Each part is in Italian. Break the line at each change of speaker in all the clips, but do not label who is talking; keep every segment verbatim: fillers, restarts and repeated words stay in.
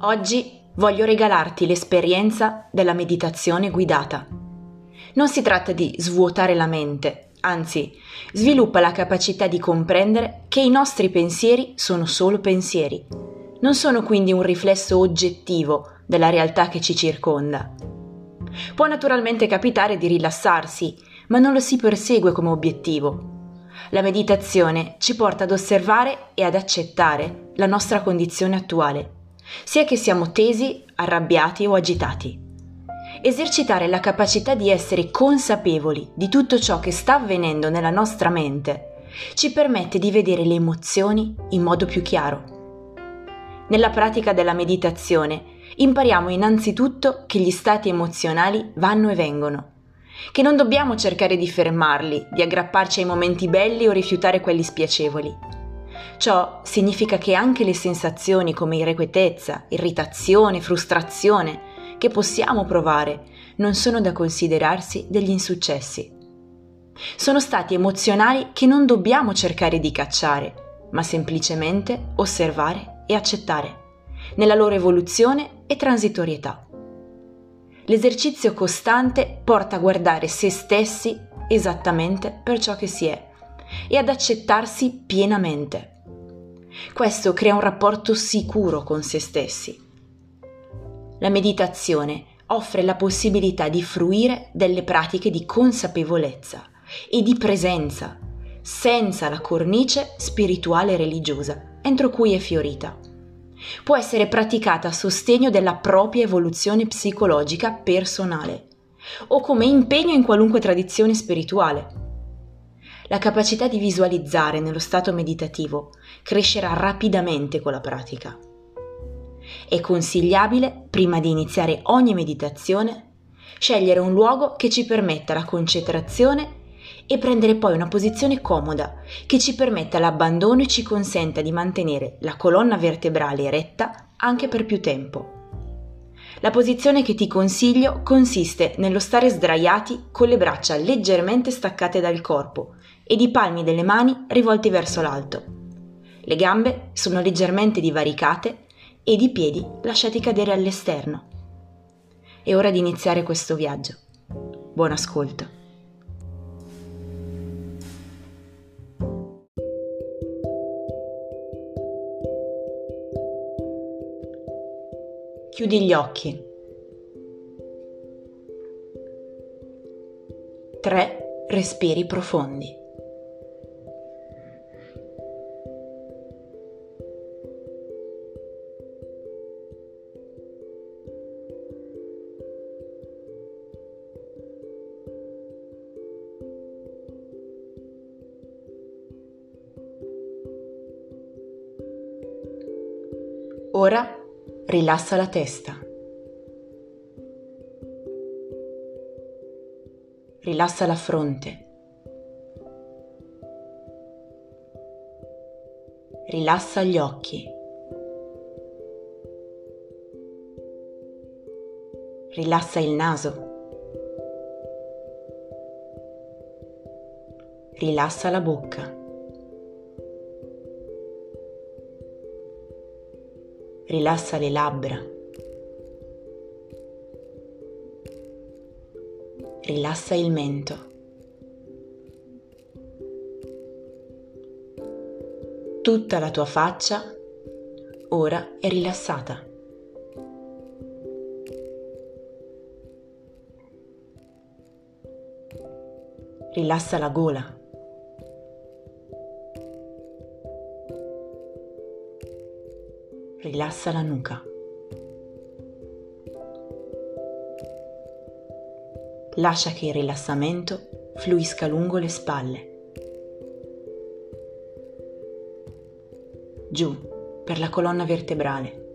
Oggi voglio regalarti l'esperienza della meditazione guidata. Non si tratta di svuotare la mente, anzi, sviluppa la capacità di comprendere che i nostri pensieri sono solo pensieri. Non sono quindi un riflesso oggettivo della realtà che ci circonda. Può naturalmente capitare di rilassarsi, ma non lo si persegue come obiettivo. La meditazione ci porta ad osservare e ad accettare la nostra condizione attuale, sia che siamo tesi, arrabbiati o agitati. Esercitare la capacità di essere consapevoli di tutto ciò che sta avvenendo nella nostra mente ci permette di vedere le emozioni in modo più chiaro. Nella pratica della meditazione impariamo innanzitutto che gli stati emozionali vanno e vengono, che non dobbiamo cercare di fermarli, di aggrapparci ai momenti belli o rifiutare quelli spiacevoli. Ciò significa che anche le sensazioni come irrequietezza, irritazione, frustrazione che possiamo provare non sono da considerarsi degli insuccessi. Sono stati emozionali che non dobbiamo cercare di cacciare, ma semplicemente osservare e accettare, nella loro evoluzione e transitorietà. L'esercizio costante porta a guardare se stessi esattamente per ciò che si è e ad accettarsi pienamente. Questo crea un rapporto sicuro con se stessi. La meditazione offre la possibilità di fruire delle pratiche di consapevolezza e di presenza, senza la cornice spirituale e religiosa entro cui è fiorita. Può essere praticata a sostegno della propria evoluzione psicologica personale o come impegno in qualunque tradizione spirituale. La capacità di visualizzare nello stato meditativo crescerà rapidamente con la pratica. È consigliabile, prima di iniziare ogni meditazione, scegliere un luogo che ci permetta la concentrazione e prendere poi una posizione comoda che ci permetta l'abbandono e ci consenta di mantenere la colonna vertebrale eretta anche per più tempo. La posizione che ti consiglio consiste nello stare sdraiati con le braccia leggermente staccate dal corpo ed i palmi delle mani rivolti verso l'alto. Le gambe sono leggermente divaricate ed i piedi lasciati cadere all'esterno. È ora di iniziare questo viaggio. Buon ascolto. Chiudi gli occhi. Tre respiri profondi. Ora rilassa la testa. Rilassa la fronte. Rilassa gli occhi. Rilassa il naso. Rilassa la bocca. Rilassa le labbra. Rilassa il mento. Tutta la tua faccia ora è rilassata. Rilassa la gola. Rilassa la nuca. Lascia che il rilassamento fluisca lungo le spalle, giù per la colonna vertebrale,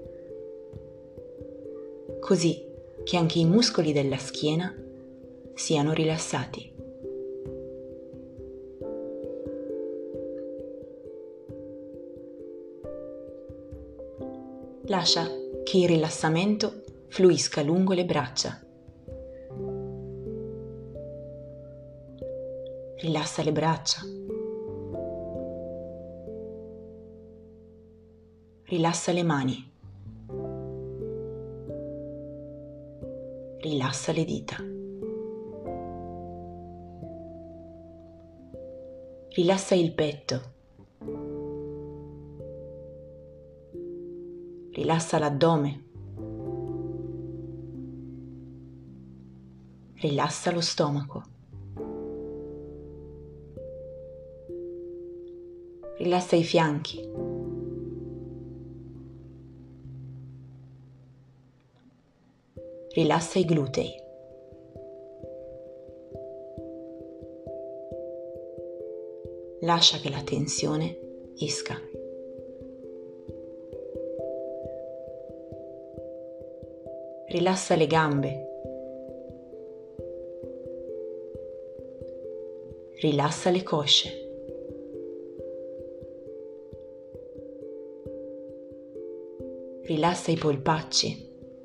così che anche i muscoli della schiena siano rilassati. Lascia che il rilassamento fluisca lungo le braccia. Rilassa le braccia. Rilassa le mani. Rilassa le dita. Rilassa il petto. Rilassa l'addome. Rilassa lo stomaco. Rilassa i fianchi. Rilassa i glutei. Lascia che la tensione esca. Rilassa le gambe. Rilassa le cosce. Rilassa i polpacci.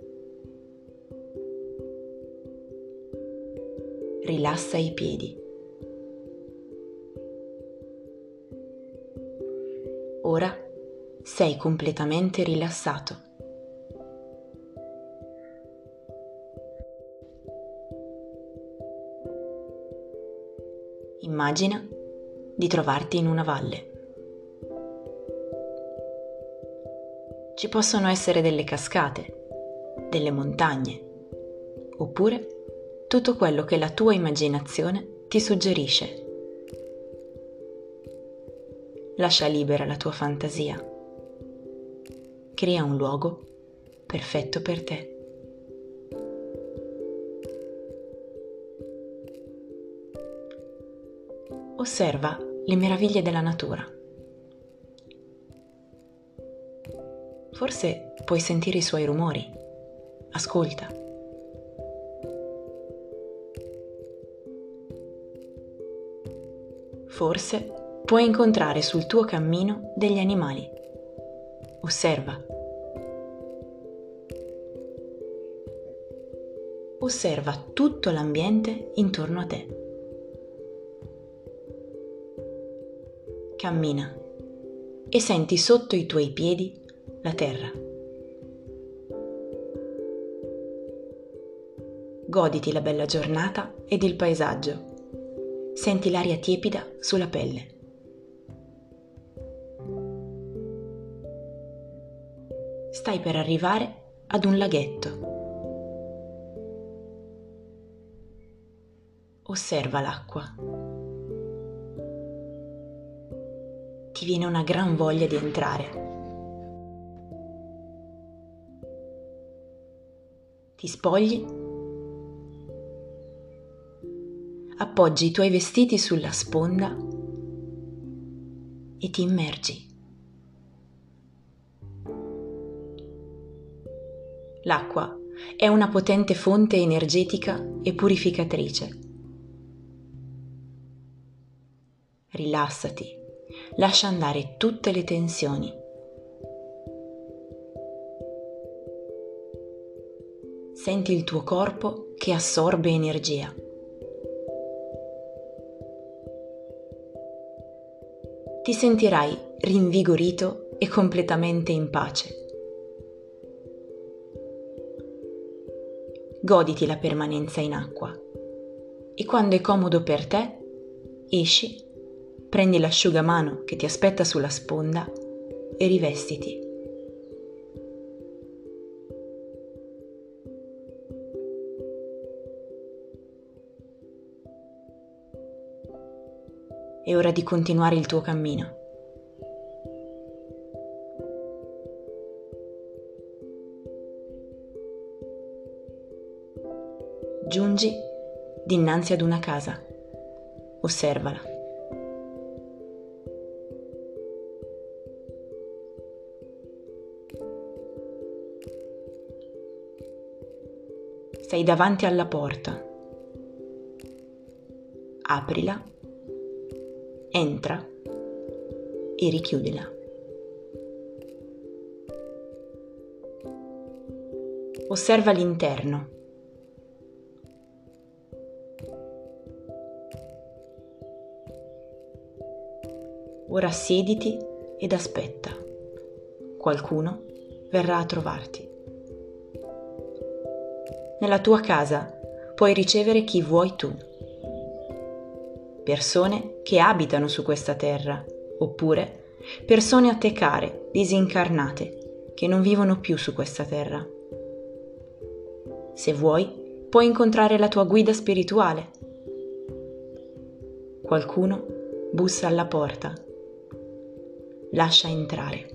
Rilassa i piedi. Ora sei completamente rilassato. Immagina di trovarti in una valle. Ci possono essere delle cascate, delle montagne, oppure tutto quello che la tua immaginazione ti suggerisce. Lascia libera la tua fantasia. Crea un luogo perfetto per te. Osserva le meraviglie della natura. Forse puoi sentire i suoi rumori. Ascolta. Forse puoi incontrare sul tuo cammino degli animali. Osserva. Osserva tutto l'ambiente intorno a te. Cammina e senti sotto i tuoi piedi la terra. Goditi la bella giornata ed il paesaggio. Senti l'aria tiepida sulla pelle. Stai per arrivare ad un laghetto. Osserva l'acqua. Ti viene una gran voglia di entrare. Ti spogli, appoggi i tuoi vestiti sulla sponda e ti immergi. L'acqua è una potente fonte energetica e purificatrice. Rilassati, lascia andare tutte le tensioni. Senti il tuo corpo che assorbe energia. Ti sentirai rinvigorito e completamente in pace. Goditi la permanenza in acqua e quando è comodo per te, esci, prendi l'asciugamano che ti aspetta sulla sponda e rivestiti. È ora di continuare il tuo cammino. Giungi dinanzi ad una casa. Osservala. Sei davanti alla porta. Aprila, entra e richiudila. Osserva l'interno. Ora siediti ed aspetta. Qualcuno verrà a trovarti. Nella tua casa puoi ricevere chi vuoi tu. Persone che abitano su questa terra, oppure persone a te care, disincarnate, che non vivono più su questa terra. Se vuoi, puoi incontrare la tua guida spirituale. Qualcuno bussa alla porta. Lascia entrare.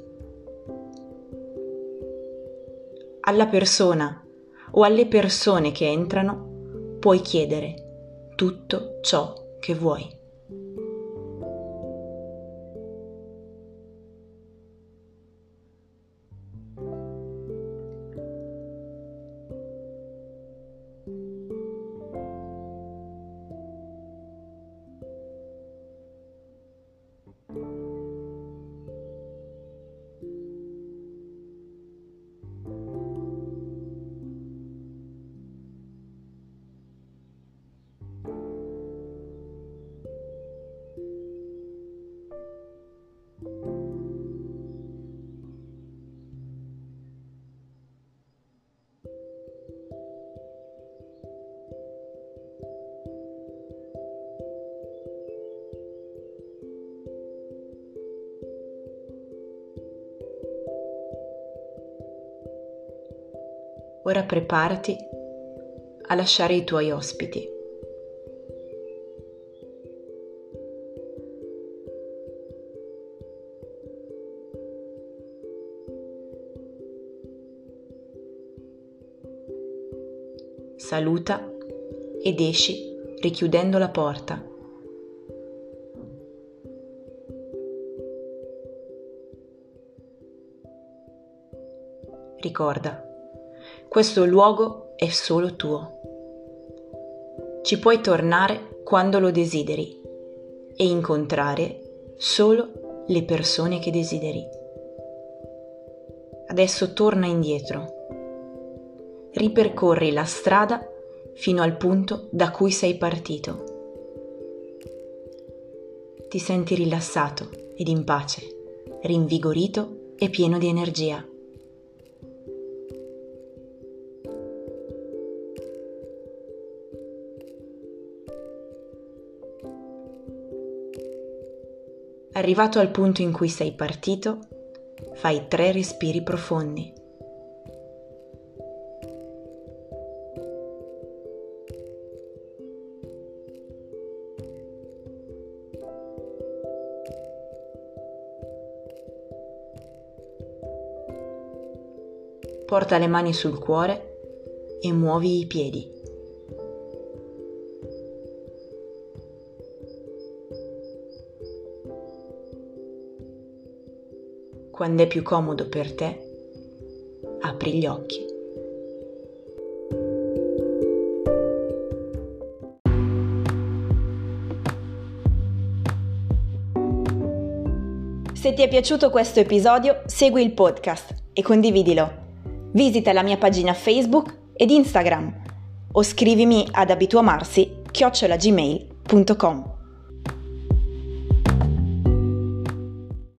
Alla persona o alle persone che entrano puoi chiedere tutto ciò che vuoi. Ora preparati a lasciare i tuoi ospiti. Saluta ed esci richiudendo la porta. Ricorda, questo luogo è solo tuo. Ci puoi tornare quando lo desideri e incontrare solo le persone che desideri. Adesso torna indietro. Ripercorri la strada fino al punto da cui sei partito. Ti senti rilassato ed in pace, rinvigorito e pieno di energia. Arrivato al punto in cui sei partito, fai tre respiri profondi. Porta le mani sul cuore e muovi i piedi. Quando è più comodo per te, apri gli occhi. Se ti è piaciuto questo episodio, segui il podcast e condividilo. Visita la mia pagina Facebook ed Instagram o scrivimi ad abituamarsi chiocciola gmail punto com.